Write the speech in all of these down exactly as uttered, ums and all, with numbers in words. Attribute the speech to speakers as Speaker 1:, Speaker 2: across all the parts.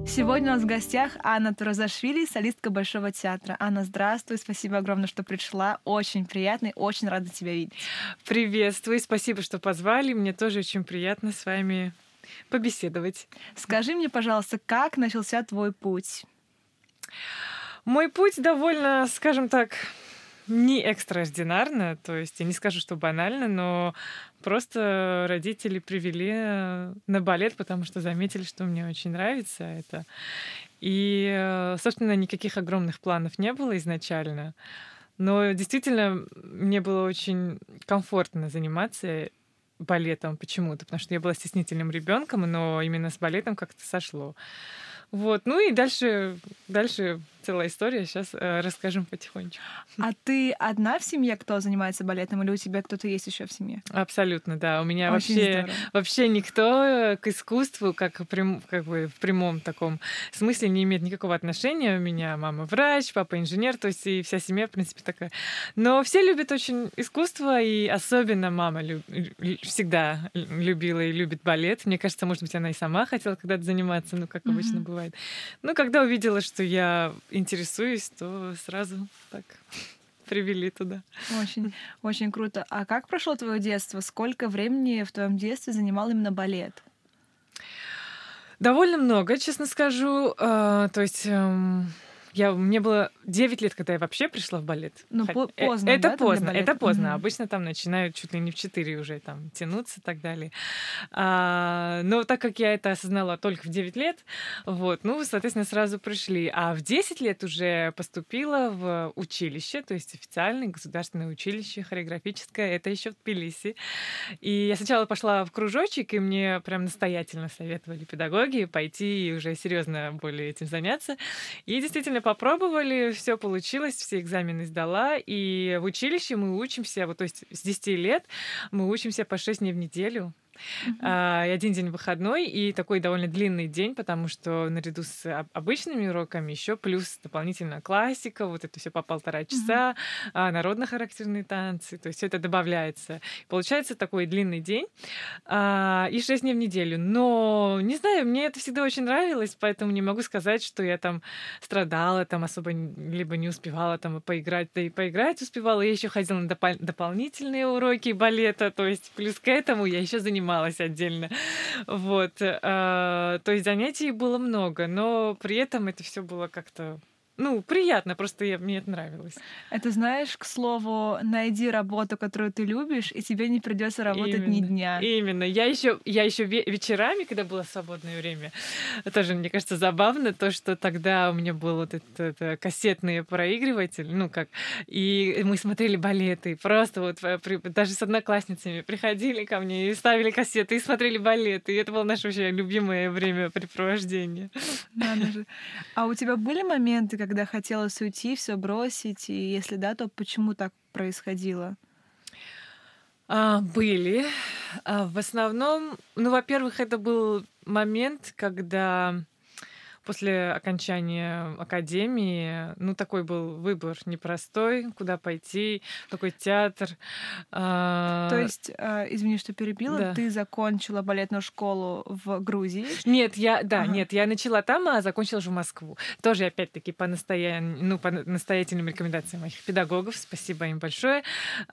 Speaker 1: Сегодня у нас в гостях Анна Туразашвили, солистка Большого театра. Анна, здравствуй, спасибо огромное, что пришла. Очень приятно и очень рада тебя видеть.
Speaker 2: Приветствую, спасибо, что позвали. Мне тоже очень приятно с вами побеседовать.
Speaker 1: Скажи мне, пожалуйста, как начался твой путь?
Speaker 2: Мой путь довольно, скажем так, не экстраординарно, то есть я не скажу, что банально, но просто родители привели на балет, потому что заметили, что мне очень нравится это. И, собственно, никаких огромных планов не было изначально, но действительно мне было очень комфортно заниматься балетом почему-то, потому что я была стеснительным ребенком, но именно с балетом как-то сошло. Вот, ну и дальше, дальше целая история. Сейчас э, расскажем потихонечку.
Speaker 1: А ты одна в семье, кто занимается балетом, или у тебя кто-то есть еще в семье?
Speaker 2: Абсолютно, да. У меня
Speaker 1: Очень
Speaker 2: вообще,
Speaker 1: здорово.
Speaker 2: вообще никто к искусству, как, прям, как бы в прямом таком смысле, не имеет никакого отношения. У меня мама врач, папа инженер, то есть и вся семья, в принципе, такая. Но все любят очень искусство, и особенно мама люб... всегда любила и любит балет. Мне кажется, может быть, она и сама хотела когда-то заниматься, ну, как обычно mm-hmm. бывает. Ну, когда увидела, что я интересуюсь, то сразу так привели туда.
Speaker 1: Очень, очень круто. А как прошло твое детство? Сколько времени в твоем детстве занимал именно балет?
Speaker 2: Довольно много, честно скажу. То есть я, мне было девять лет, когда я вообще пришла в балет.
Speaker 1: Ну,
Speaker 2: Хоть...
Speaker 1: поздно,
Speaker 2: это
Speaker 1: да,
Speaker 2: поздно, это поздно.
Speaker 1: Mm-hmm.
Speaker 2: Обычно там начинают чуть ли не в четыре уже там тянуться и так далее. А, но так как я это осознала только в девять лет, вот, ну, соответственно, сразу пришли. А в десять лет уже поступила в училище, то есть официальное государственное училище хореографическое, это еще в Тбилиси. И я сначала пошла в кружочек, и мне прям настоятельно советовали педагоги пойти и уже серьезно более этим заняться. И действительно попробовали, все получилось, все экзамены сдала, и в училище мы учимся, вот, то есть с десяти лет мы учимся по шесть дней в неделю. Uh-huh. И один день выходной, и такой довольно длинный день, потому что наряду с обычными уроками еще плюс дополнительно классика, вот это все по полтора часа, uh-huh. народно-характерные танцы, то есть все это добавляется. Получается такой длинный день и шесть дней в неделю. Но, не знаю, мне это всегда очень нравилось, поэтому не могу сказать, что я там страдала, там особо либо не успевала там поиграть, да и поиграть успевала. Я еще ходила на допол- дополнительные уроки балета, то есть плюс к этому я еще занималась отдельно. Вот. То есть занятий было много, но при этом это все было как-то, ну, приятно, просто я, мне это нравилось.
Speaker 1: Это, знаешь, к слову, найди работу, которую ты любишь, и тебе не придется работать
Speaker 2: именно,
Speaker 1: ни дня.
Speaker 2: Именно. Я еще, я еще вечерами, когда было свободное время, тоже, мне кажется, забавно то, что тогда у меня был вот этот, этот кассетный проигрыватель, ну как, и мы смотрели балеты, просто вот даже с одноклассницами приходили ко мне и ставили кассеты, и смотрели балеты, и это было наше вообще любимое времяпрепровождение.
Speaker 1: Надо же. А у тебя были моменты, когда когда хотелось уйти, все бросить, и если да, то почему так происходило?
Speaker 2: А, были. А, в основном, ну, во-первых, это был момент, когда после окончания академии, ну, такой был выбор непростой, куда пойти, какой театр.
Speaker 1: То есть, извини, что перебила,
Speaker 2: да.
Speaker 1: Ты закончила балетную школу в Грузии?
Speaker 2: Нет, я, да, ага. нет, я начала там, а закончила уже в Москву. Тоже, опять-таки, по, настоя... ну, по настоятельным рекомендациям моих педагогов, спасибо им большое.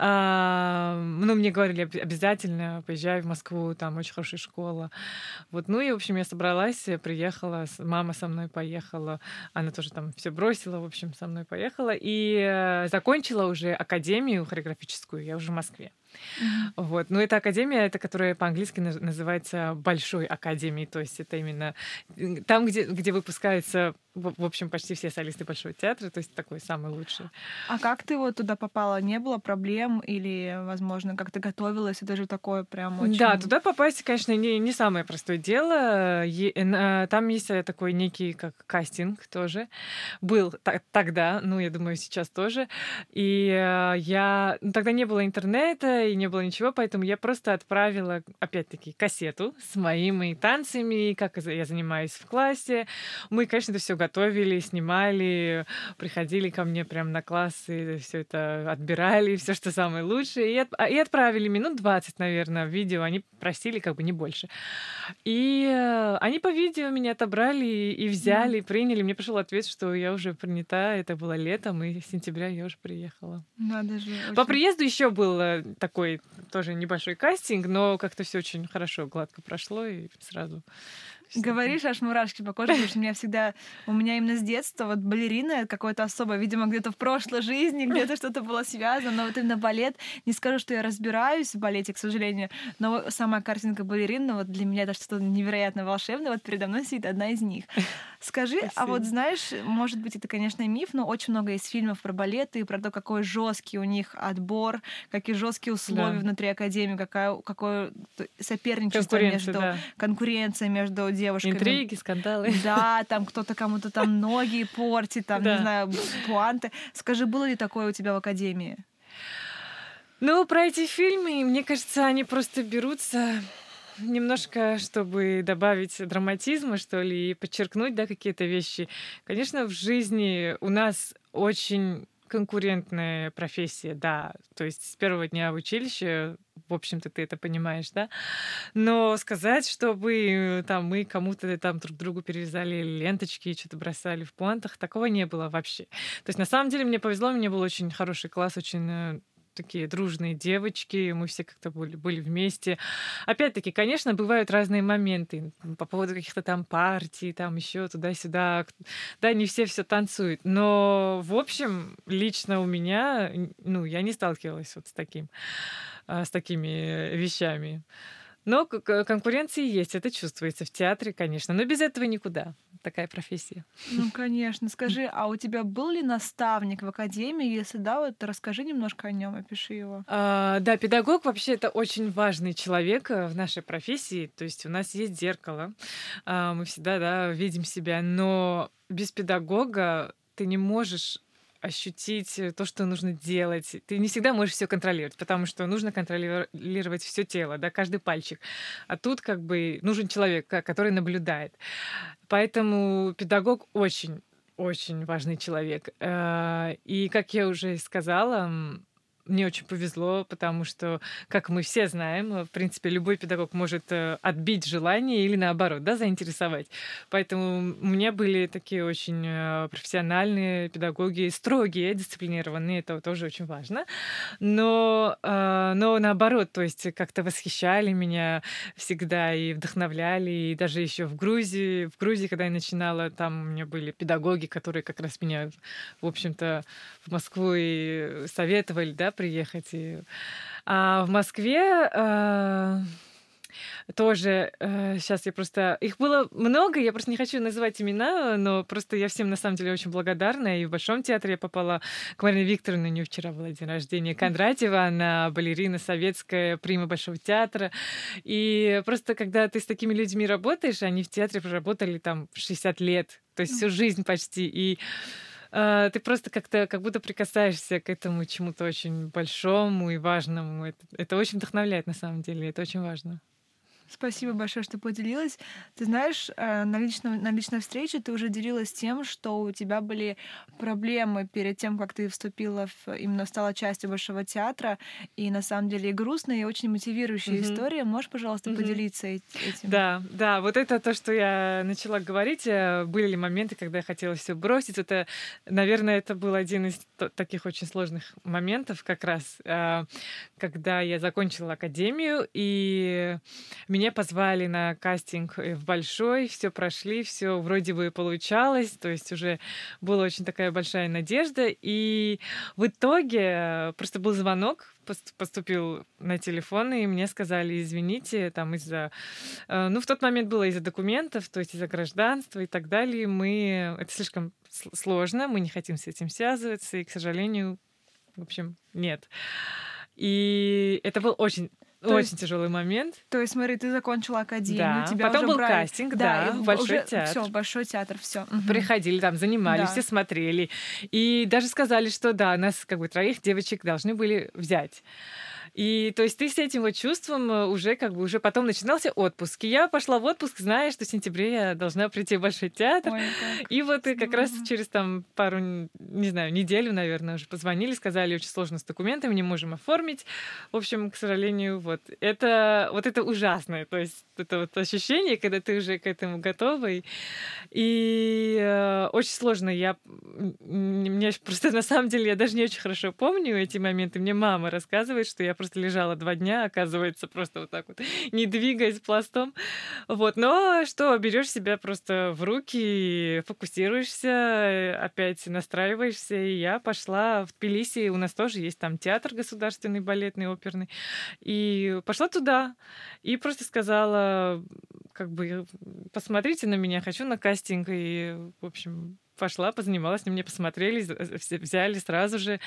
Speaker 2: А, ну, мне говорили, обязательно поезжай в Москву, там очень хорошая школа. Вот, ну и, в общем, я собралась, приехала, мама со мной поехала, она тоже там все бросила, в общем, со мной поехала, и э, закончила уже академию хореографическую, я уже в Москве. Mm-hmm. Вот. Но эта академия, это которая по-английски называется Большой академией, то есть это именно там, где, где выпускаются, в общем, почти все солисты Большого театра, то есть такой самый лучший.
Speaker 1: А как ты вот туда попала? Не было проблем или, возможно, как ты готовилась? Это же такое прям очень...
Speaker 2: Да, туда попасть, конечно, не, не самое простое дело. Там есть такой некий как кастинг тоже. Был тогда, ну, я думаю, сейчас тоже. И я... Тогда не было интернета, балета, и не было ничего, поэтому я просто отправила, опять-таки, кассету с моими танцами, как я занимаюсь в классе. Мы, конечно, это все готовили, снимали, приходили ко мне прямо на классы, все это отбирали, все, что самое лучшее, и, от, и отправили минут двадцать, наверное, видео. Они просили как бы не больше. И э, они по видео меня отобрали и, и взяли, mm. приняли. Мне пришел ответ, что я уже принята. Это было летом, и с сентября я уже приехала.
Speaker 1: Надо же. Очень...
Speaker 2: По приезду еще был такой тоже небольшой кастинг, но как-то все очень хорошо, гладко прошло, и сразу...
Speaker 1: Говоришь, аж мурашки по коже, потому что у меня всегда, у меня именно с детства вот балерина какое-то особое, видимо, где-то в прошлой жизни, где-то что-то было связано, но вот именно балет, не скажу, что я разбираюсь в балете, к сожалению, но сама картинка балерины, вот для меня это что-то невероятно волшебное, вот передо мной сидит одна из них. Скажи, Спасибо. А вот знаешь, может быть, это, конечно, миф, но очень много есть фильмов про балет и про то, какой жесткий у них отбор, какие жесткие условия да. внутри академии, какая, какое соперничество между
Speaker 2: да.
Speaker 1: конкуренция между девушками.
Speaker 2: Интриги, скандалы.
Speaker 1: Да, там кто-то кому-то там ноги портит, там, да. не знаю, пуанты. Скажи, было ли такое у тебя в академии?
Speaker 2: Ну, про эти фильмы, мне кажется, они просто берутся немножко, чтобы добавить драматизма, что ли, и подчеркнуть, да, какие-то вещи. Конечно, в жизни у нас очень конкурентная профессия, да. То есть с первого дня в училище, в общем-то, ты это понимаешь, да. Но сказать, чтобы там мы кому-то там друг другу перевязали ленточки и что-то бросали в пуантах, такого не было вообще. То есть на самом деле мне повезло, у меня был очень хороший класс, очень такие дружные девочки, мы все как-то были, были вместе. Опять-таки, конечно, бывают разные моменты по поводу каких-то там партий, там еще туда-сюда. Да, не все все танцуют. Но, в общем, лично у меня, ну, я не сталкивалась вот с таким, с такими вещами. Но конкуренция есть, это чувствуется в театре, конечно. Но без этого никуда. Такая профессия.
Speaker 1: Ну, конечно. Скажи, а у тебя был ли наставник в академии? Если да, вот расскажи немножко о нем, опиши его.
Speaker 2: А, да, педагог вообще это очень важный человек в нашей профессии. То есть у нас есть зеркало, а, мы всегда да, видим себя, но без педагога ты не можешь ощутить то, что нужно делать. Ты не всегда можешь все контролировать, потому что нужно контролировать все тело, да, каждый пальчик. А тут как бы нужен человек, который наблюдает. Поэтому педагог очень, очень важный человек. И, как я уже сказала, мне очень повезло, потому что, как мы все знаем, в принципе, любой педагог может отбить желание или, наоборот, да, заинтересовать. Поэтому у меня были такие очень профессиональные педагоги, строгие, дисциплинированные, это тоже очень важно. Но, но наоборот, то есть как-то восхищали меня всегда и вдохновляли. И даже еще в Грузии, в Грузии, когда я начинала, там у меня были педагоги, которые как раз меня, в общем-то, в Москву и советовали, да, приехать. И... А в Москве э, тоже э, сейчас я просто... Их было много, я просто не хочу называть имена, но просто я всем на самом деле очень благодарна. И в Большом театре я попала к Марине Викторовне, у нее вчера был день рождения, Кондратьева, она балерина советская, прима Большого театра. И просто когда ты с такими людьми работаешь, они в театре проработали там шестьдесят лет, то есть всю жизнь почти. И ты просто как-то как будто прикасаешься к этому чему-то очень большому и важному. Это, это очень вдохновляет на самом деле, это очень важно.
Speaker 1: Спасибо большое, что поделилась. Ты знаешь, на личной, на личной встрече ты уже делилась тем, что у тебя были проблемы перед тем, как ты вступила в, именно стала частью Большого театра, и на самом деле и грустная, и очень мотивирующая mm-hmm. история. Можешь, пожалуйста, mm-hmm. поделиться этим?
Speaker 2: Да, да, вот это то, что я начала говорить. Были ли моменты, когда я хотела все бросить? Это, наверное, это был один из таких очень сложных моментов, как раз, когда я закончила академию, и меня позвали на кастинг в Большой, все прошли, все вроде бы получалось, то есть уже была очень такая большая надежда. И в итоге просто был звонок, поступил на телефон, и мне сказали, извините, там из-за... Ну, в тот момент было из-за документов, то есть из-за гражданства и так далее. Мы... Это слишком сложно, мы не хотим с этим связываться, и, к сожалению, в общем, нет. И это был очень... То Очень есть, тяжелый момент.
Speaker 1: То есть, смотри, ты закончила академию,
Speaker 2: да.
Speaker 1: тебя
Speaker 2: Потом
Speaker 1: уже
Speaker 2: был
Speaker 1: брали...
Speaker 2: кастинг, да, да в Большой театр.
Speaker 1: Все, Большой театр, все. Угу.
Speaker 2: Приходили там, занимались, да. все смотрели. И даже сказали, что да, нас как бы троих девочек должны были взять. И то есть ты с этим вот чувством уже как бы уже потом начинался отпуск. И я пошла в отпуск, зная, что в сентябре я должна прийти в Большой театр.
Speaker 1: Ой, как
Speaker 2: и вот и как раз
Speaker 1: здорово.
Speaker 2: через там пару, не знаю, неделю, наверное, уже позвонили, сказали, очень сложно с документами, не можем оформить. В общем, к сожалению, вот это, вот это ужасное. То есть это вот ощущение, когда ты уже к этому готова. И, и э, очень сложно. Я, мне просто на самом деле, я даже не очень хорошо помню эти моменты. Мне мама рассказывает, что я просто лежала два дня, оказывается, просто вот так вот, не двигаясь пластом. Вот. Но что, берешь себя просто в руки, фокусируешься, опять настраиваешься. И я пошла в Тбилиси, у нас тоже есть там театр государственный, балетный, оперный. И пошла туда. И просто сказала, как бы, посмотрите на меня, хочу на кастинг. И, в общем, пошла, позанималась, на меня посмотрели, взяли сразу же.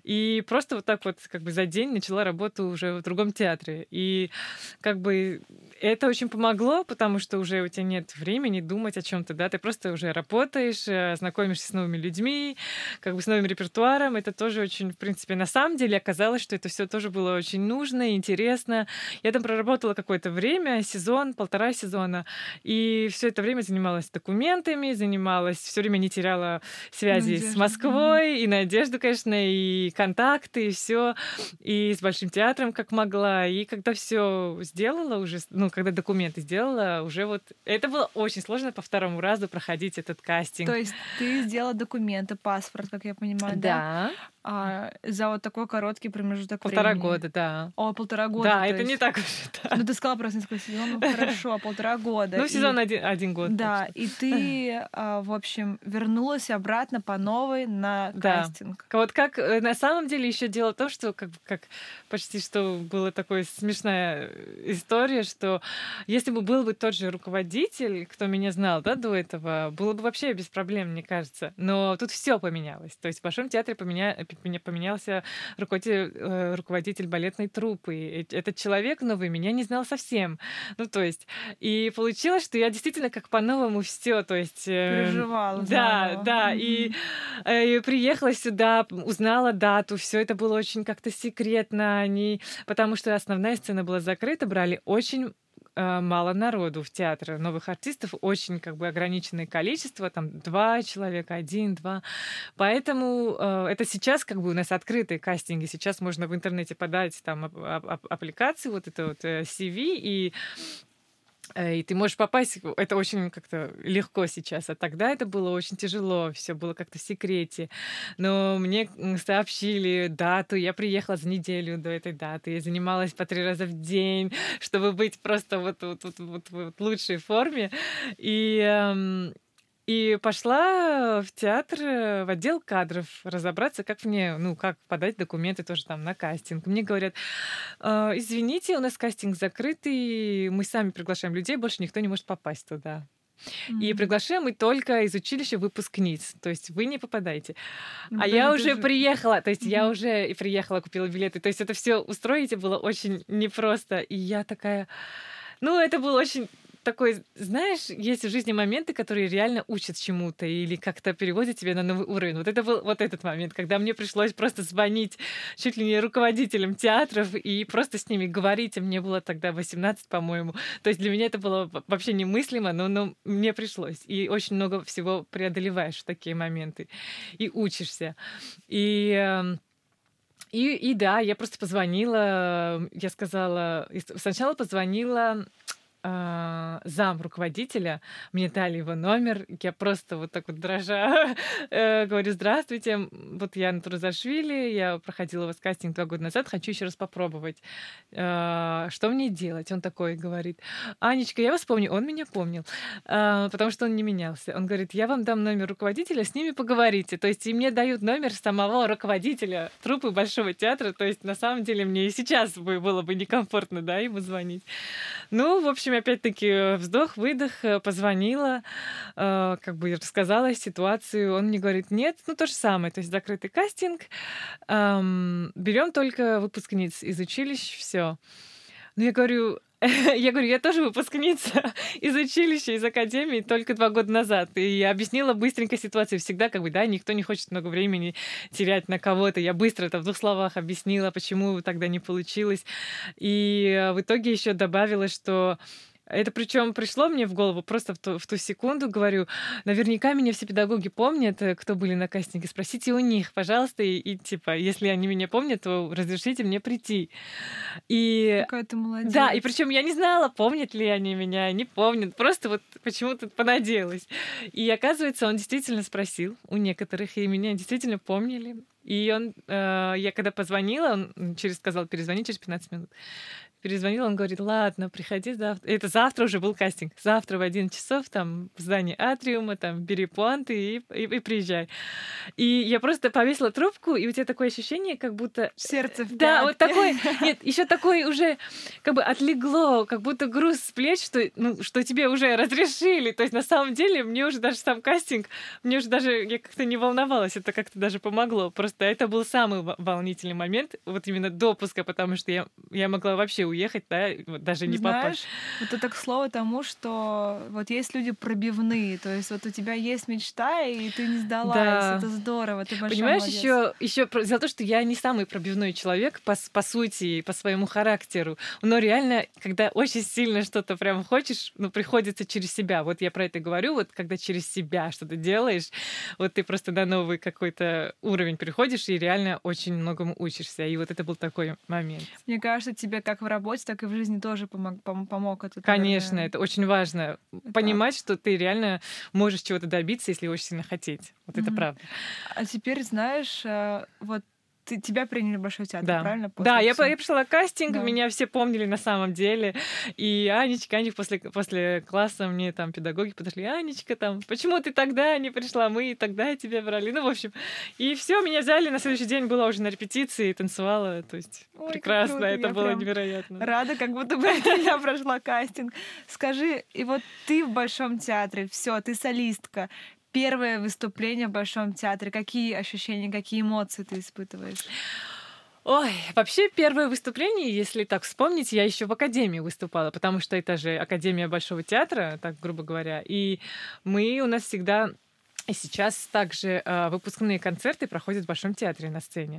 Speaker 2: И просто вот так вот как бы за день начала работу уже в другом театре. И как бы это очень помогло, потому что уже у тебя нет времени думать о чем-то, да, ты просто уже работаешь, знакомишься с новыми людьми, как бы с новым репертуаром. Это тоже очень, в принципе, на самом деле оказалось, что это все тоже было очень нужно, интересно. Я там проработала какое-то время, сезон, полтора сезона, и все это время занималась документами, занималась, все время не теряла связи
Speaker 1: Надежда.
Speaker 2: с Москвой, и надежду, конечно, и контакты, и все, и с Большим театром, как могла. И когда все сделала уже, ну, когда документы сделала, уже вот это было очень сложно по второму разу проходить этот кастинг.
Speaker 1: То есть ты сделала документы, паспорт, как я понимаю, да?
Speaker 2: Да.
Speaker 1: А, за вот такой короткий промежуток
Speaker 2: Полтора
Speaker 1: времени.
Speaker 2: года, да.
Speaker 1: О, полтора года.
Speaker 2: Да,
Speaker 1: то
Speaker 2: это
Speaker 1: есть...
Speaker 2: не так уж. Да.
Speaker 1: Ну, ты сказала просто несколько сезонов, хорошо, полтора года.
Speaker 2: Ну,
Speaker 1: И-
Speaker 2: сезон один, один год.
Speaker 1: Да,
Speaker 2: так что.
Speaker 1: и ты, а, в общем, вернулась обратно по новой на
Speaker 2: Да.
Speaker 1: кастинг.
Speaker 2: Вот как э, на самом деле еще дело в том, что как, как почти что была такая смешная история, что если бы был бы тот же руководитель, кто меня знал, да, до этого, было бы вообще без проблем, мне кажется. Но тут все поменялось. То есть в Большом театре поменя... поменя- поменялся руководитель, э, руководитель балетной труппы. И этот человек новый меня не знал совсем. Ну, то есть, и получилось, что я действительно как по-новому все, то есть... э,
Speaker 1: Переживала
Speaker 2: Да,
Speaker 1: заново.
Speaker 2: да,
Speaker 1: Мгм.
Speaker 2: и э, приехала сюда, узнала дату, все это было очень как-то секретно, они, потому что основная сцена была закрыта, брали очень э, мало народу в театр, новых артистов, очень как бы ограниченное количество, там два человека, один, два. Поэтому э, это сейчас как бы у нас открытые кастинги, сейчас можно в интернете подать там ап- ап- ап- аппликацию, вот это вот э, си ви, и Э, И ты можешь попасть, это очень как-то легко сейчас, а тогда это было очень тяжело, все было как-то в секрете. Но мне м, сообщили дату, я приехала за неделю до этой даты, я занималась по три раза в день, чтобы быть просто вот, вот, вот, вот, вот в лучшей форме. И эм, и пошла в театр, э, в отдел кадров разобраться, как мне, ну, как подать документы тоже там на кастинг. Мне говорят, «А, извините, у нас кастинг закрытый, мы сами приглашаем людей, больше никто не может попасть туда. И
Speaker 1: Мгм.
Speaker 2: приглашаем мы только из училища выпускниц, то есть вы не попадаете.
Speaker 1: Ну,
Speaker 2: А
Speaker 1: подожди,
Speaker 2: я
Speaker 1: ты
Speaker 2: уже
Speaker 1: же-
Speaker 2: приехала, то есть я
Speaker 1: Мгм.
Speaker 2: уже и приехала, купила билеты, то есть это все устроить было очень непросто. И я такая, ну, это было очень такой, знаешь, есть в жизни моменты, которые реально учат чему-то или как-то переводят тебя на новый уровень. Вот это был вот этот момент, когда мне пришлось просто звонить чуть ли не руководителям театров и просто с ними говорить. А мне было тогда восемнадцать, по-моему. То есть для меня это было во- вообще немыслимо, но, но мне пришлось. И очень много всего преодолеваешь в такие моменты. И учишься. И... эм, и, и да, я просто позвонила, я сказала, и с- сначала позвонила а, зам руководителя, мне дали его номер, я просто вот так вот дрожа э, говорю, здравствуйте, вот я Натура Зашвили, я проходила у вас кастинг два года назад, хочу еще раз попробовать. А, Что мне делать? Он такой говорит, Анечка, я вас помню, он меня помнил, а, потому что он не менялся. Он говорит, я вам дам номер руководителя, с ними поговорите. То есть и мне дают номер самого руководителя труппы Большого театра, то есть на самом деле мне и сейчас бы было бы некомфортно, да, ему звонить. Ну, в общем, опять-таки вздох, выдох, э, позвонила, э, как бы рассказала ситуацию. Он мне говорит, нет, ну то же самое, то есть закрытый кастинг, берем только выпускниц из училищ, все. Ну, я говорю, я говорю, я тоже выпускница из училища, из академии только два года назад. И я объяснила быстренько ситуацию. Всегда как бы, да, никто не хочет много времени терять на кого-то. Я быстро это в двух словах объяснила, почему тогда не получилось. И в итоге еще добавила, что это причем пришло мне в голову просто в ту, в ту секунду, говорю, наверняка меня все педагоги помнят, кто были на кастинге, спросите у них, пожалуйста, и, и типа, если они меня помнят, то разрешите мне прийти. И
Speaker 1: какая ты молодец.
Speaker 2: Да, и причем я не знала, помнят ли они меня, не помнят, просто вот почему-то понадеялась. И оказывается, он действительно спросил у некоторых, и меня действительно помнили. И он, э, я когда позвонила, он через сказал, перезвони через пятнадцать минут. Перезвонил, он говорит, ладно, приходи завтра. Это завтра уже был кастинг. Завтра в одиннадцать часов там в здании Атриума, там бери пуанты и, и, и приезжай. И я просто повесила трубку, и у тебя такое ощущение, как будто...
Speaker 1: Сердце в пятке.
Speaker 2: Да, вот такой... Нет, еще такой уже как бы отлегло, как будто груз с плеч, что, ну, что тебе уже разрешили. То есть на самом деле мне уже даже сам кастинг, мне уже даже... Я как-то не волновалась, это как-то даже помогло. Просто это был самый волнительный момент, вот именно допуска, потому что я, я могла вообще уехать, да, даже не
Speaker 1: Знаешь,
Speaker 2: попасть.
Speaker 1: Вот это к слову тому, что вот есть люди пробивные, то есть вот у тебя есть мечта, и ты не сдалась,
Speaker 2: Да.
Speaker 1: это здорово, ты большой
Speaker 2: Понимаешь,
Speaker 1: молодец.
Speaker 2: еще еще дело в том, что я не самый пробивной человек по, по сути, по своему характеру, но реально, когда очень сильно что-то прям хочешь, ну, приходится через себя. Вот я про это говорю, вот когда через себя что-то делаешь, вот ты просто на новый какой-то уровень приходишь и реально очень многому учишься. И вот это был такой момент.
Speaker 1: Мне кажется, тебе как в работе, так и в жизни тоже помог, пом- помог этот,
Speaker 2: Конечно,
Speaker 1: наверное,
Speaker 2: это очень важно.
Speaker 1: этап.
Speaker 2: Понимать, что ты реально можешь чего-то добиться, если очень сильно хотеть. Вот это
Speaker 1: Мгм.
Speaker 2: правда.
Speaker 1: А теперь, знаешь, э, вот ты, тебя приняли в Большой театр,
Speaker 2: Да.
Speaker 1: правильно? После
Speaker 2: Да, я,
Speaker 1: всего?
Speaker 2: по- я пришла на кастинг,
Speaker 1: Да.
Speaker 2: меня все помнили на самом деле. И Анечка, Анечка после, после класса мне там педагоги подошли. Анечка, там, почему ты тогда не пришла? Мы и тогда тебя брали. Ну, в общем. И все, меня взяли. На следующий день была уже на репетиции, танцевала. То есть
Speaker 1: Ой, как
Speaker 2: прекрасно.
Speaker 1: круто,
Speaker 2: Это
Speaker 1: я
Speaker 2: было
Speaker 1: прям
Speaker 2: невероятно.
Speaker 1: Рада, как будто бы это я прошла кастинг. Скажи, и вот ты в Большом театре, все, ты солистка. Первое выступление в Большом театре. Какие ощущения, какие эмоции ты испытываешь?
Speaker 2: Ой, вообще первое выступление, если так вспомнить, я еще в академии выступала, потому что это же Академия Большого театра, так грубо говоря. И мы у нас всегда и сейчас также э, выпускные концерты проходят в Большом театре на сцене.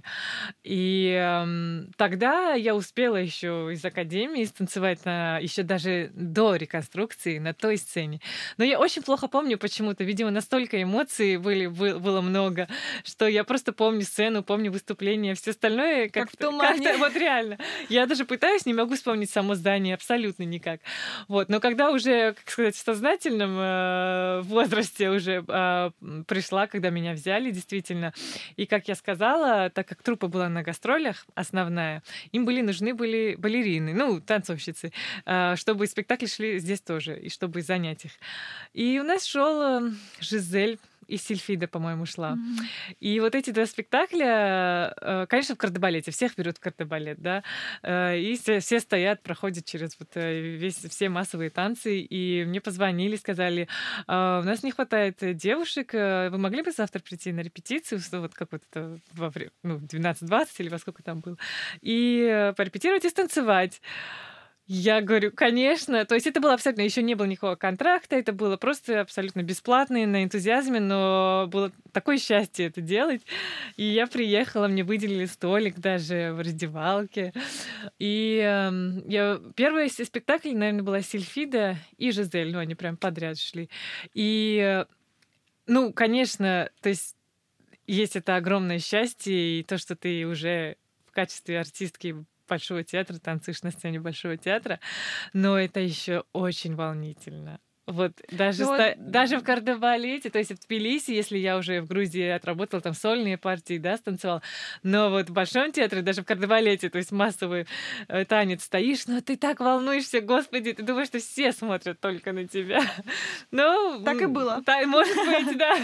Speaker 2: И э, тогда я успела еще из академии станцевать на еще даже до реконструкции на той сцене. Но я очень плохо помню почему-то. Видимо, настолько эмоций были, бы- было много, что я просто помню сцену, помню выступление, все остальное
Speaker 1: Как
Speaker 2: как-то,
Speaker 1: в тумане.
Speaker 2: как-то вот реально. Я даже пытаюсь, не могу вспомнить само здание абсолютно никак. Вот. Но когда уже, как сказать, в сознательном э, возрасте уже э, пришла, когда меня взяли, действительно. И, как я сказала, так как труппа была на гастролях, основная, им были нужны были балерины, ну, танцовщицы, э, чтобы спектакли шли здесь тоже, и чтобы занять их. И у нас шел Жизель, и Сильфида, по-моему, шла.
Speaker 1: Мгм.
Speaker 2: И вот эти два спектакля, э, конечно, в кардебалете, всех берут в кардебалет, да, э, и все, все стоят, проходят через вот э, весь, все массовые танцы, и мне позвонили, сказали, «А, у нас не хватает девушек, э, вы могли бы завтра прийти на репетицию, что вот как вот это во время, ну, двенадцать двадцать или во сколько там было, и э, порепетировать и станцевать». Я говорю, конечно. То есть это было абсолютно... Еще не было никакого контракта, это было просто абсолютно бесплатно, на энтузиазме, но было такое счастье это делать. И я приехала, мне выделили столик даже в раздевалке. И э, я... первый спектакль, наверное, была Сильфида и Жизель. Ну, они прям подряд шли. И, э, ну, конечно, то есть есть это огромное счастье, и то, что ты уже в качестве артистки Большого театра, танцуешь на сцене Большого театра, но это еще очень волнительно. Вот даже,
Speaker 1: Ну
Speaker 2: ста-
Speaker 1: вот-
Speaker 2: даже в кардебалете, то есть в Тбилиси, если я уже в Грузии отработала там сольные партии, да, станцевала, но вот в Большом театре, даже в кардебалете, то есть массовый э, танец, стоишь, но ты так волнуешься, господи, ты думаешь, что все смотрят только на тебя. Ну,
Speaker 1: Так и было.
Speaker 2: Так, может быть, да.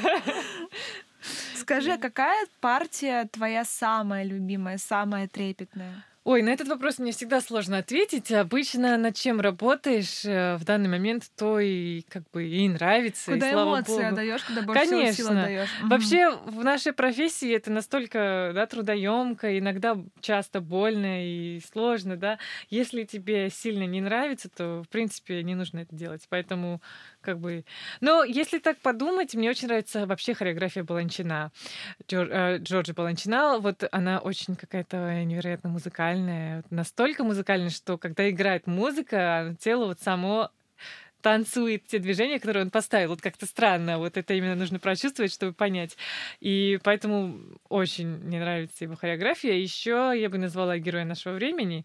Speaker 1: Скажи, а какая партия твоя самая любимая, самая трепетная?
Speaker 2: Ой, на этот вопрос мне всегда сложно ответить. Обычно над чем работаешь э, в данный момент, то и как бы и нравится,
Speaker 1: Куда
Speaker 2: и слава
Speaker 1: эмоции
Speaker 2: богу.
Speaker 1: отдаешь, куда больше всего сил
Speaker 2: Конечно.
Speaker 1: отдаешь.
Speaker 2: Вообще в нашей профессии это настолько, да, трудоемко, иногда часто больно и сложно, да. Если тебе сильно не нравится, то в принципе не нужно это делать. Поэтому как бы. Но если так подумать, мне очень нравится вообще хореография Баланчина, Джор- э, Джорджа Баланчина. Вот она очень какая-то невероятно музыкальная, настолько музыкальная, что когда играет музыка, тело вот само танцует те движения, которые он поставил. Вот как-то странно. Вот это именно нужно прочувствовать, чтобы понять. И поэтому очень мне нравится его хореография. Еще я бы назвала «Героя нашего времени».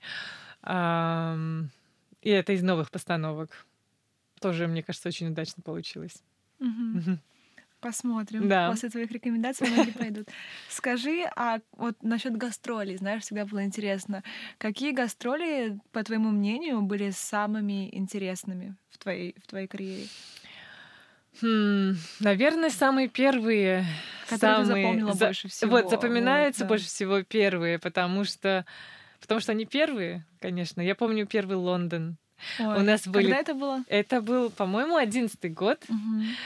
Speaker 2: Ам, И это из новых постановок. Тоже, мне кажется, очень удачно получилось.
Speaker 1: Мгм.
Speaker 2: Мгм.
Speaker 1: Посмотрим.
Speaker 2: Да.
Speaker 1: После твоих рекомендаций многие пойдут. Скажи, а вот насчет гастролей, знаешь, всегда было интересно, какие гастроли, по твоему мнению, были самыми интересными в твоей, в твоей карьере?
Speaker 2: Хм, наверное, самые первые,
Speaker 1: Которые ты
Speaker 2: самые
Speaker 1: запомнила
Speaker 2: за-
Speaker 1: больше всего.
Speaker 2: вот
Speaker 1: Вот,
Speaker 2: запоминаются
Speaker 1: да.
Speaker 2: больше всего первые, потому что потому что они первые, конечно. Я помню первый Лондон. У
Speaker 1: Ой,
Speaker 2: нас были.
Speaker 1: когда это было?
Speaker 2: Это был, по-моему, одиннадцатый год,
Speaker 1: Мгм.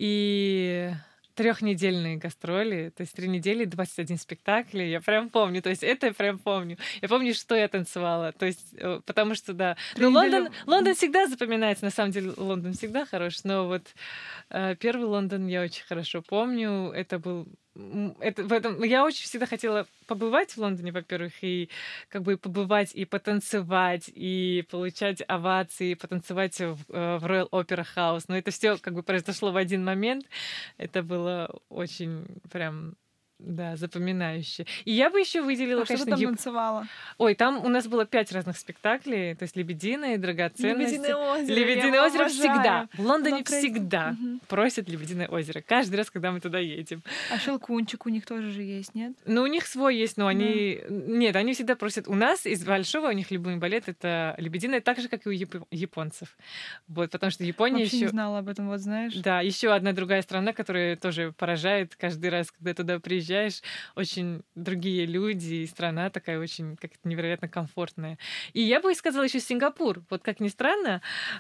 Speaker 2: и трехнедельные гастроли, то есть три недели, двадцать один спектакль, я прям помню, то есть это я прям помню. Я помню, что я танцевала, то есть, э, потому что, да.
Speaker 1: Три
Speaker 2: Ну,
Speaker 1: недели-
Speaker 2: Лондон, Лондон всегда запоминается, на самом деле, Лондон всегда хорош, но вот э, первый Лондон я очень хорошо помню, это был м, это, в этом я очень всегда хотела побывать в Лондоне, во-первых, и как бы побывать и потанцевать, и получать овации, потанцевать в, э, в Royal Opera House. Но это все как бы произошло в один момент. Это было очень прям, да, запоминающе. И я бы еще выделила,
Speaker 1: А что ты
Speaker 2: конечно,
Speaker 1: там
Speaker 2: Яп-
Speaker 1: танцевала?
Speaker 2: Ой, там у нас было пять разных спектаклей, то есть «Лебединое», «Драгоценности».
Speaker 1: Лебединое озеро.
Speaker 2: «Лебединое
Speaker 1: я его
Speaker 2: озеро» всегда.
Speaker 1: обожаю.
Speaker 2: В Лондоне
Speaker 1: Оно красиво.
Speaker 2: всегда
Speaker 1: Мгм.
Speaker 2: просят «Лебединое озеро». Каждый раз, когда мы туда едем.
Speaker 1: А щелкунчик у них тоже же есть, нет?
Speaker 2: Ну, у них свой есть, но они... Нет, они всегда просят... У нас из большого, у них любимый балет — это «Лебединое», так же, как и у яп- японцев. Вот, потому что Япония
Speaker 1: Вообще не
Speaker 2: еще...
Speaker 1: знала об этом, вот знаешь.
Speaker 2: Да, еще одна другая страна, которая тоже поражает каждый раз, когда туда приезжаешь. Очень другие люди, и страна такая очень как-то невероятно комфортная. И я бы сказала еще Сингапур. Вот как ни странно,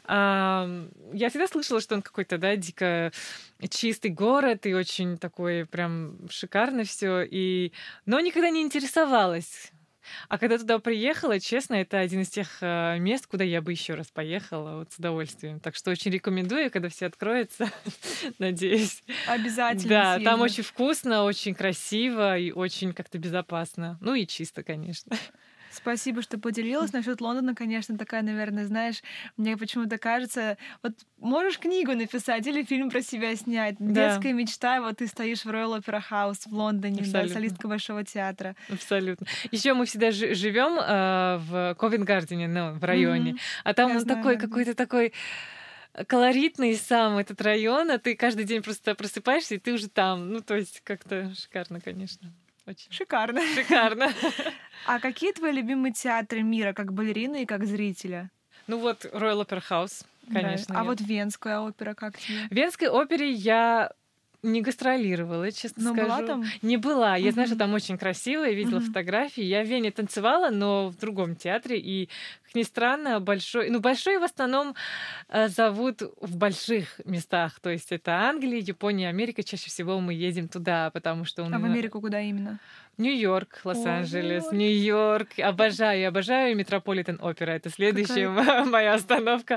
Speaker 2: ам, я всегда слышала, что он какой-то, да, дико чистый город и очень такой прям шикарно все. И... Но никогда не интересовалась. А когда туда приехала, честно, это один из тех э, мест, куда я бы еще раз поехала, вот с удовольствием. Так что очень рекомендую, когда все откроется, надеюсь.
Speaker 1: Обязательно
Speaker 2: Да,
Speaker 1: съезди.
Speaker 2: там очень вкусно, очень красиво и очень как-то безопасно. Ну и чисто, конечно.
Speaker 1: Спасибо, что поделилась. Насчет Лондона, конечно, такая, наверное, знаешь, мне почему-то кажется, вот можешь книгу написать или фильм про себя снять.
Speaker 2: Да.
Speaker 1: Детская мечта, вот ты стоишь в Royal Opera House в Лондоне, да,
Speaker 2: Абсолютно.
Speaker 1: солистка Большого театра.
Speaker 2: Абсолютно. Еще мы всегда жи- живем э, в Ковент-Гардене, ну, в районе.
Speaker 1: Мгм.
Speaker 2: А там
Speaker 1: Я
Speaker 2: он
Speaker 1: знаю,
Speaker 2: такой,
Speaker 1: да, где.
Speaker 2: какой-то такой колоритный сам этот район, а ты каждый день просто просыпаешься, и ты уже там. Ну, то есть как-то шикарно, конечно. Очень
Speaker 1: Шикарно.
Speaker 2: шикарно.
Speaker 1: А какие твои любимые театры мира, как балерины и как зрителя?
Speaker 2: Ну вот Royal Opera House, конечно.
Speaker 1: Да. А
Speaker 2: я-
Speaker 1: вот Венская опера как тебе?
Speaker 2: В Венской опере я не гастролировала, честно
Speaker 1: Но
Speaker 2: скажу.
Speaker 1: была там?
Speaker 2: Не была. Я знаю, что
Speaker 1: Мгм.
Speaker 2: там очень красиво, я видела
Speaker 1: Мгм.
Speaker 2: фотографии. Я в Вене танцевала, но в другом театре. И, как ни странно, большой... Ну, большой в основном э, зовут в больших местах. То есть это Англия, Япония, Америка. Чаще всего мы едем туда, потому что он...
Speaker 1: А в Америку куда именно?
Speaker 2: Нью-Йорк,
Speaker 1: О,
Speaker 2: Лос-Анджелес,
Speaker 1: Нью-Йорк.
Speaker 2: Нью-Йорк. Обожаю, обожаю Метрополитен Опера. Это следующая моя остановка.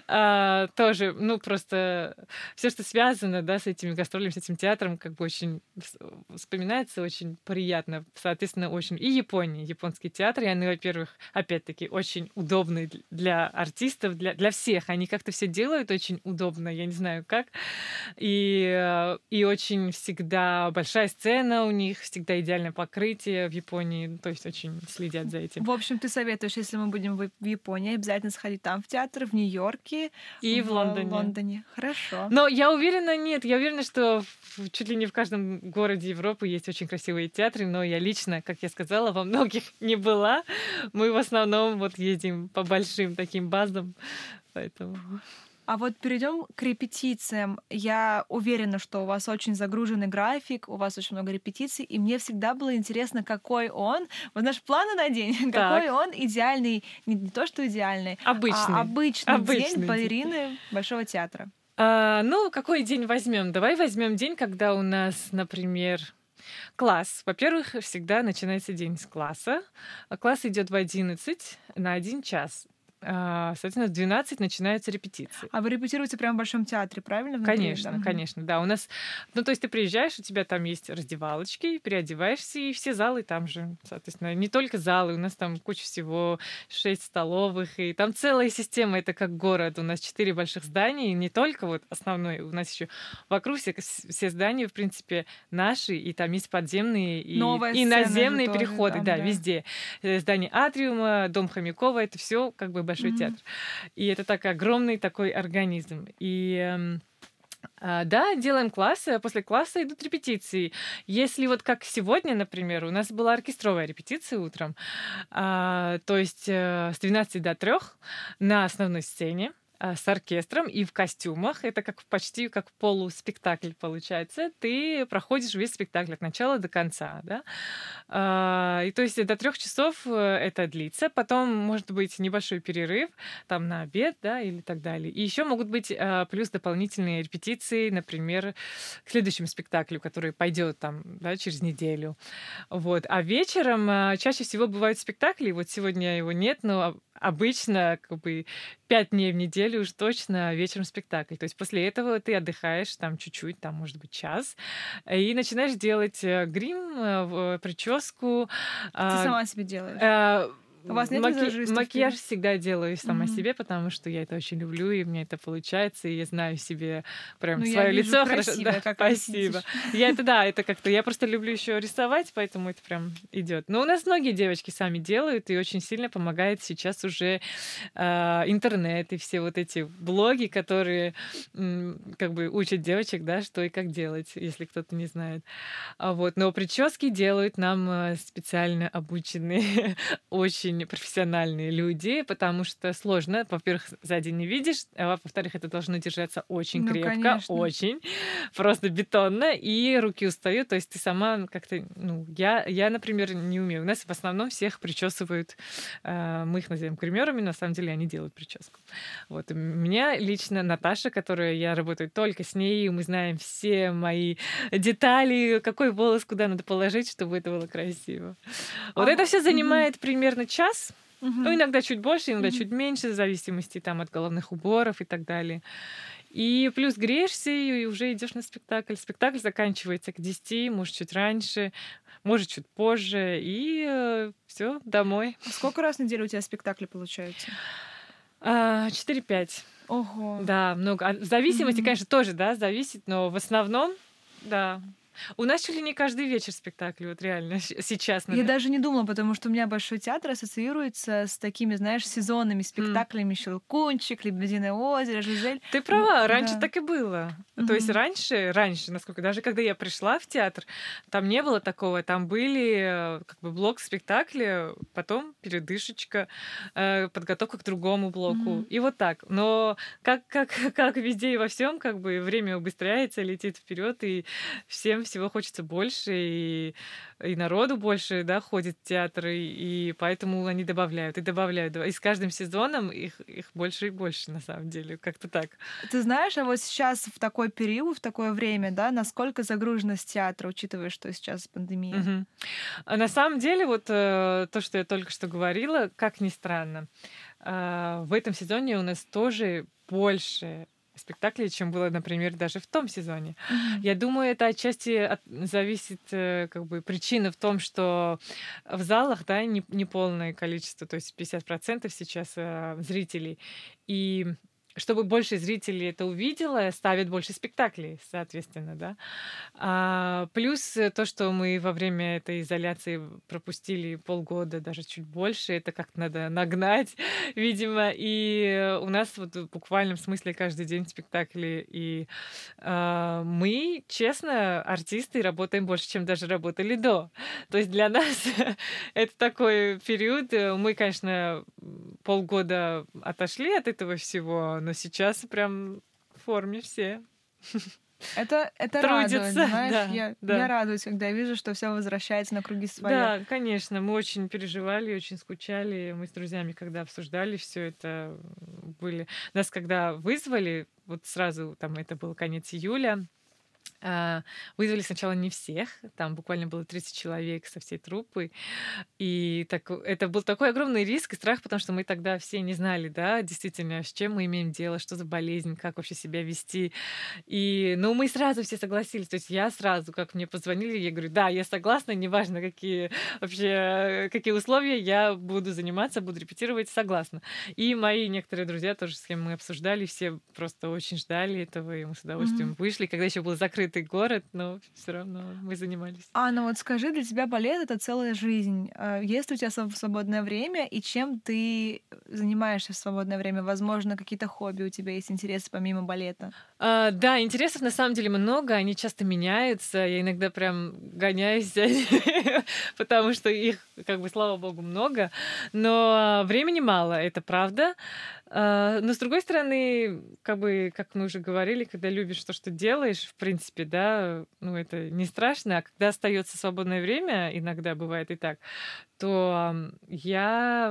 Speaker 2: А, тоже, ну, просто все, что связано, да, с этими гастролями, с этим театром, как бы очень вс- вспоминается, очень приятно. Соответственно, очень... И Япония, японские театры, они, во-первых, опять-таки, очень удобны дл- для артистов, для, для всех. Они как-то все делают очень удобно, я не знаю как. И, э, и очень всегда большая сцена у них, всегда идеальное покрытие в Японии, то есть очень следят за этим.
Speaker 1: В общем, ты советуешь, если мы будем в в Японии, обязательно сходить там в театр, в Нью-Йорке,
Speaker 2: И в Лондоне.
Speaker 1: Лондоне. Хорошо.
Speaker 2: Но я уверена, нет, я уверена, что в- чуть ли не в каждом городе Европы есть очень красивые театры, но я лично, как я сказала, во многих не была. Мы в основном вот ездим по большим таким базам, поэтому...
Speaker 1: А вот перейдем к репетициям. Я уверена, что у вас очень загруженный график, у вас очень много репетиций, и мне всегда было интересно, какой он, вот наш планы на день,
Speaker 2: Так.
Speaker 1: какой он идеальный, не, не то что идеальный,
Speaker 2: Обычный.
Speaker 1: а обычный,
Speaker 2: Обычный
Speaker 1: день
Speaker 2: день.
Speaker 1: балерины Большого театра.
Speaker 2: А, ну, какой день возьмем? Давай возьмем день, когда у нас, например, класс. Во-первых, всегда начинается день с класса. А класс идет в одиннадцать на один час. А, Соответственно, в двенадцать начинаются репетиции.
Speaker 1: А вы репетируете прямо в Большом театре, правильно? Внутри?
Speaker 2: Конечно,
Speaker 1: Да.
Speaker 2: конечно, да. У нас, ну, то есть ты приезжаешь, у тебя там есть раздевалочки, переодеваешься, и все залы там же. Соответственно, не только залы, у нас там куча всего, шесть столовых, и там целая система, это как город. У нас четыре больших здания, и не только вот основной, у нас еще вокруг все, все здания, в принципе, наши, и там есть подземные и,
Speaker 1: Новая
Speaker 2: и
Speaker 1: сцена
Speaker 2: наземные
Speaker 1: же тоже
Speaker 2: переходы,
Speaker 1: там,
Speaker 2: да,
Speaker 1: да.
Speaker 2: везде. Э, Здание Атриума, дом Хомякова, это все как бы Большой
Speaker 1: Мгм.
Speaker 2: театр. И это так огромный такой организм. И эм, а, да, делаем классы, а после класса идут репетиции. Если вот как сегодня, например, у нас была оркестровая репетиция утром, а, то есть э, с двенадцати до трёх на основной сцене а, с оркестром и в костюмах. Это как почти как полуспектакль получается. Ты проходишь весь спектакль от начала до конца, да? А, И то есть до трех часов э, это длится. Потом может быть небольшой перерыв там на обед, да, или так далее. И еще могут быть а, плюс дополнительные репетиции, например, к следующему спектаклю, который пойдет там, да, через неделю. Вот. А вечером а, чаще всего бывают спектакли. Вот сегодня его нет, но обычно как бы пять дней в неделю уж точно вечером спектакль. То есть после этого ты отдыхаешь там чуть-чуть, там может быть час, и начинаешь делать э, грим, э, в- прическу.
Speaker 1: Ты
Speaker 2: а,
Speaker 1: сама себе делаешь.
Speaker 2: э,
Speaker 1: У вас нет
Speaker 2: маки-
Speaker 1: визажиста в
Speaker 2: Макияж
Speaker 1: фильме?
Speaker 2: всегда делаю сама
Speaker 1: Мгм.
Speaker 2: себе, потому что я это очень люблю, и мне это получается, и я знаю себе прям
Speaker 1: Ну, я
Speaker 2: свое
Speaker 1: вижу
Speaker 2: лицо хорошо.
Speaker 1: красивое,
Speaker 2: Да,
Speaker 1: как
Speaker 2: спасибо.
Speaker 1: ресницы.
Speaker 2: Я это, да, это как-то, я просто люблю еще рисовать, поэтому это прям идет. Но у нас многие девочки сами делают, и очень сильно помогает сейчас уже а, интернет и все вот эти блоги, которые м, как бы учат девочек, да, что и как делать, если кто-то не знает. А вот, но прически делают нам э, специально обученные, очень профессиональные люди, потому что сложно. Во-первых, сзади не видишь, а во-вторых, это должно держаться очень
Speaker 1: Ну,
Speaker 2: крепко,
Speaker 1: конечно.
Speaker 2: очень, просто бетонно, и руки устают. То есть ты сама как-то, ну, я, я, например, не умею. У нас в основном всех причесывают, э, мы их называем гримерами, на самом деле они делают прическу. Вот. У меня лично Наташа, которая, я работаю только с ней, и мы знаем все мои детали, какой волос куда надо положить, чтобы это было красиво. Вот
Speaker 1: А
Speaker 2: это
Speaker 1: во-
Speaker 2: все
Speaker 1: мгм.
Speaker 2: занимает примерно час. Ну,
Speaker 1: Мгм.
Speaker 2: иногда чуть больше, иногда
Speaker 1: Мгм.
Speaker 2: чуть меньше, в зависимости там от головных уборов и так далее. И плюс греешься, и уже идешь на спектакль. Спектакль заканчивается к десяти, может, чуть раньше, может, чуть позже, и все, домой.
Speaker 1: Сколько раз в неделю у тебя спектакли получаются?
Speaker 2: А, четыре-пять.
Speaker 1: Ого.
Speaker 2: Да, много. А в зависимости,
Speaker 1: Мгм.
Speaker 2: конечно, тоже, да, зависит, но в основном, да. У нас чуть ли не каждый вечер спектакль, вот реально, щ- сейчас.
Speaker 1: Я
Speaker 2: надо-
Speaker 1: даже не думала, потому что у меня Большой театр ассоциируется с такими, знаешь, сезонными спектаклями «Щелкунчик», «Лебединое озеро», «Жизель».
Speaker 2: Ты права,
Speaker 1: Ну,
Speaker 2: раньше
Speaker 1: да.
Speaker 2: так и было. То есть
Speaker 1: Мгм.
Speaker 2: раньше, раньше, насколько, даже когда я пришла в театр, там не было такого, там были э, как бы блок спектакля, потом передышечка, э, подготовка к другому блоку,
Speaker 1: Мгм.
Speaker 2: и вот так. Но как, как, как везде и во всем, как бы время убыстряется, летит вперед, и всем всего хочется больше, и, и народу больше, да, ходит в театры, и поэтому они добавляют, и добавляют. И с каждым сезоном их, их больше и больше, на самом деле, как-то так.
Speaker 1: Ты знаешь, а вот сейчас в такой период, в такое время, да, насколько загруженность театра, учитывая, что сейчас пандемия?
Speaker 2: Мгм. А на самом деле, вот э, то, что я только что говорила, как ни странно, а, в этом сезоне у нас тоже больше спектаклей, чем было, например, даже в том сезоне.
Speaker 1: Мгм.
Speaker 2: Я думаю, это отчасти от- зависит, э, как бы, причина в том, что в залах, да, не, не полное количество, то есть пятьдесят процентов сейчас э, зрителей. И чтобы больше зрителей это увидело, ставят больше спектаклей, соответственно, да. А, плюс э, то, что мы во время этой изоляции пропустили полгода, даже чуть больше, это как-то надо нагнать, видимо. И э, у нас вот в буквальном смысле каждый день спектакли. И а, мы, честно, артисты, работаем больше, чем даже работали до. То есть для нас это такой период. э, Мы, конечно, м, полгода отошли от этого всего, но сейчас прям в форме все.
Speaker 1: Это, это
Speaker 2: Трудятся,
Speaker 1: радует, знаешь,
Speaker 2: да,
Speaker 1: я,
Speaker 2: да.
Speaker 1: я радуюсь, когда я вижу, что все возвращается на круги своя.
Speaker 2: Да, конечно, мы очень переживали, очень скучали. Мы с друзьями, когда обсуждали все это, были... Нас когда вызвали, вот сразу, там, это был конец июля, а, вызвали сначала не всех, там буквально было тридцать человек со всей труппой, и так, это был такой огромный риск и страх, потому что мы тогда все не знали, да, действительно, с чем мы имеем дело, что за болезнь, как вообще себя вести. И, ну, мы сразу все согласились, то есть я сразу, как мне позвонили, я говорю, да, я согласна, неважно, какие вообще, какие условия, я буду заниматься, буду репетировать, согласна. И мои некоторые друзья тоже, с кем мы обсуждали, все просто очень ждали этого, и мы с удовольствием
Speaker 1: Мгм.
Speaker 2: вышли, когда еще был закрытый город, но все равно мы занимались.
Speaker 1: Анна, вот скажи, для тебя балет — это целая жизнь. А есть ли у тебя своб- свободное время, и чем ты занимаешься в свободное время? Возможно, какие-то хобби у тебя есть, интересы помимо балета?
Speaker 2: А, да, интересов на самом деле много, они часто меняются, я иногда прям гоняюсь за ними, потому что их, как бы, слава богу, много, но времени мало, это правда. А, Но с другой стороны, как бы, как мы уже говорили, когда любишь то, что делаешь, в принципе, да, ну это не страшно, а когда остается свободное время, иногда бывает и так, то ам, я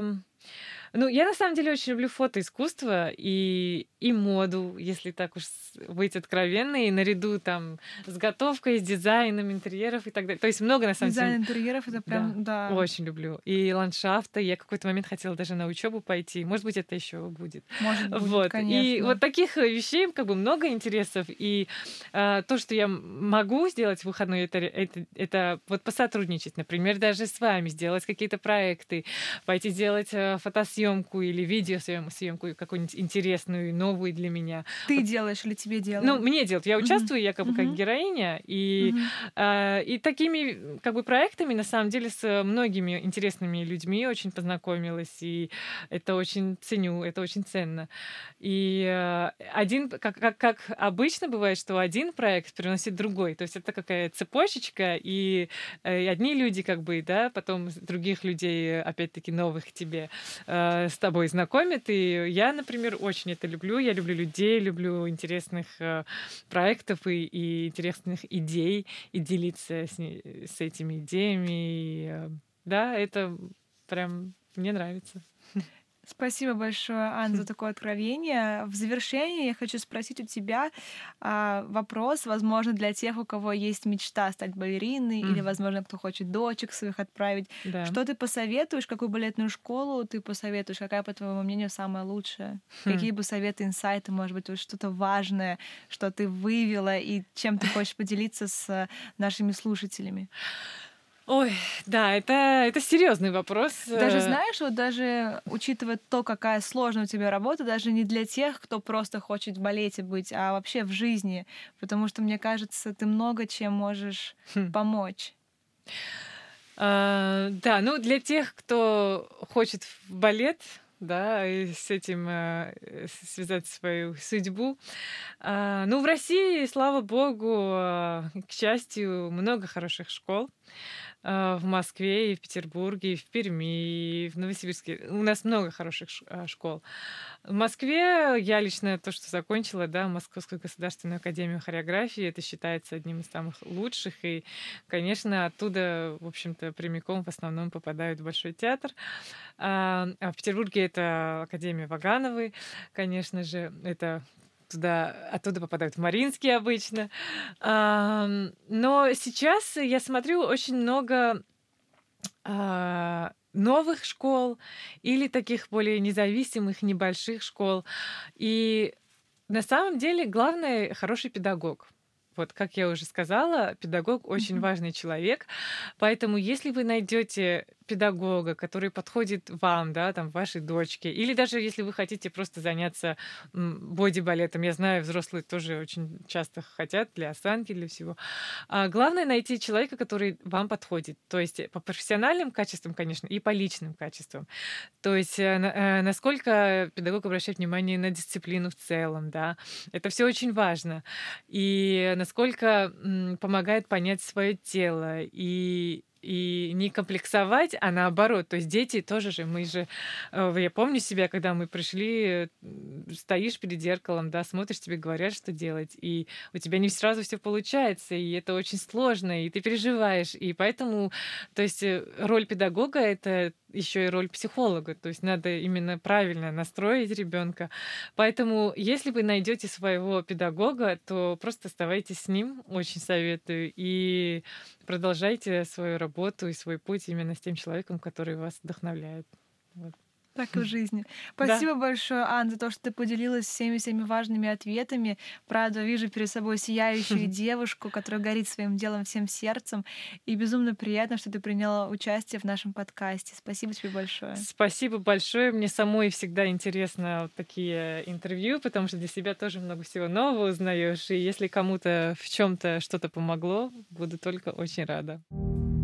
Speaker 2: ну, я на самом деле очень люблю фотоискусство и, и моду, если так уж с- быть откровенной, наряду там с готовкой, с дизайном интерьеров и так далее. То есть много на самом деле.
Speaker 1: Дизайн интерьеров — это
Speaker 2: Да,
Speaker 1: прям, да.
Speaker 2: очень люблю. И ландшафты. Я какой-то момент хотела даже на учебу пойти. Может быть, это еще будет.
Speaker 1: Может, будет,
Speaker 2: Вот. И
Speaker 1: конечно.
Speaker 2: вот таких э, вещей как бы много интересов. И э, то, что я м- могу сделать в выходной, это, ре- это, это вот посотрудничать, например, даже с вами, сделать какие-то проекты, пойти сделать э, фотосъемку или видеосъемку какую-нибудь интересную, новую для меня.
Speaker 1: Ты
Speaker 2: Вот,
Speaker 1: делаешь или тебе
Speaker 2: ну,
Speaker 1: делают?
Speaker 2: мне делать. Я
Speaker 1: Мгм.
Speaker 2: участвую, я как бы как
Speaker 1: Мгм.
Speaker 2: героиня, и,
Speaker 1: Мгм.
Speaker 2: а, и такими как бы проектами, на самом деле, с многими интересными людьми очень познакомилась, и это очень ценю, это очень ценно. И э, один, как, как, как обычно бывает, что один проект приносит другой, то есть это какая цепочечка, и, э, и одни люди как бы, да, потом других людей, опять-таки, новых тебе э, с тобой знакомят, и я, например, очень это люблю, я люблю людей, люблю интересных э, проектов и, и интересных идей, и делиться с, не- с этими идеями, и, э, да, это прям мне нравится.
Speaker 1: Спасибо большое, Ан, за такое откровение. В завершение я хочу спросить у тебя а, вопрос, возможно, для тех, у кого есть мечта стать балериной, или,
Speaker 2: Мгм.
Speaker 1: возможно, кто хочет дочек своих отправить.
Speaker 2: Да.
Speaker 1: Что ты посоветуешь, какую балетную школу ты посоветуешь, какая, по твоему мнению, самая лучшая?
Speaker 2: Хм.
Speaker 1: Какие бы советы, инсайты, может быть, вот что-то важное, что ты вывела, и чем ты хочешь поделиться с нашими слушателями?
Speaker 2: Ой, да, это, это серьезный вопрос.
Speaker 1: Даже
Speaker 2: э,
Speaker 1: знаешь, вот даже учитывая то, какая сложная у тебя работа, даже не для тех, кто просто хочет в балете быть, а вообще в жизни, потому что, мне кажется, ты много чем можешь
Speaker 2: хм.
Speaker 1: помочь.
Speaker 2: А, да, ну для тех, кто хочет в балет, да, и с этим э, с- связать свою судьбу. А, ну, в России, слава богу, а, к счастью, много хороших школ. А, В Москве, и в Петербурге, и в Перми, и в Новосибирске. У нас много хороших ш- а, школ. В Москве я лично то, что закончила, да, Московскую государственную академию хореографии, это считается одним из самых лучших. И, конечно, оттуда, в общем-то, прямиком в основном попадают в Большой театр. А а в Петербурге это Академия Вагановой, конечно же, это туда, оттуда попадают в Мариинский обычно. Ам, Но сейчас я смотрю очень много а, новых школ или таких более независимых, небольших школ. И на самом деле главное хороший педагог. Вот, как я уже сказала, педагог очень
Speaker 1: Мгм.
Speaker 2: важный человек, поэтому если вы найдете педагога, который подходит вам, да, там, вашей дочке, или даже если вы хотите просто заняться м, боди-балетом, я знаю, взрослые тоже очень часто хотят для осанки, для всего. А главное найти человека, который вам подходит, то есть по профессиональным качествам, конечно, и по личным качествам. То есть э, на- э, насколько педагог обращает внимание на дисциплину в целом, да, это все очень важно. И насколько м, помогает понять свое тело и и не комплексовать, а наоборот. То есть дети тоже же, мы же... э, Я помню себя, когда мы пришли, э, стоишь перед зеркалом, да, смотришь, тебе говорят, что делать, и у тебя не сразу все получается, и это очень сложно, и ты переживаешь, и поэтому, то есть э, роль педагога — это еще и роль психолога, то есть надо именно правильно настроить ребенка. Поэтому, если вы найдете своего педагога, то просто оставайтесь с ним, очень советую, и продолжайте свою работу и свой путь именно с тем человеком, который вас вдохновляет. Вот.
Speaker 1: Так и в жизни.
Speaker 2: Да.
Speaker 1: Спасибо большое, Ан, за то, что ты поделилась всеми-всеми важными ответами. Правда, вижу перед собой сияющую девушку, которая горит своим делом всем сердцем. И безумно приятно, что ты приняла участие в нашем подкасте. Спасибо тебе большое.
Speaker 2: Спасибо большое. Мне самой всегда интересно вот такие интервью, потому что для себя тоже много всего нового узнаешь. И если кому-то в чем-то что-то помогло, буду только очень рада.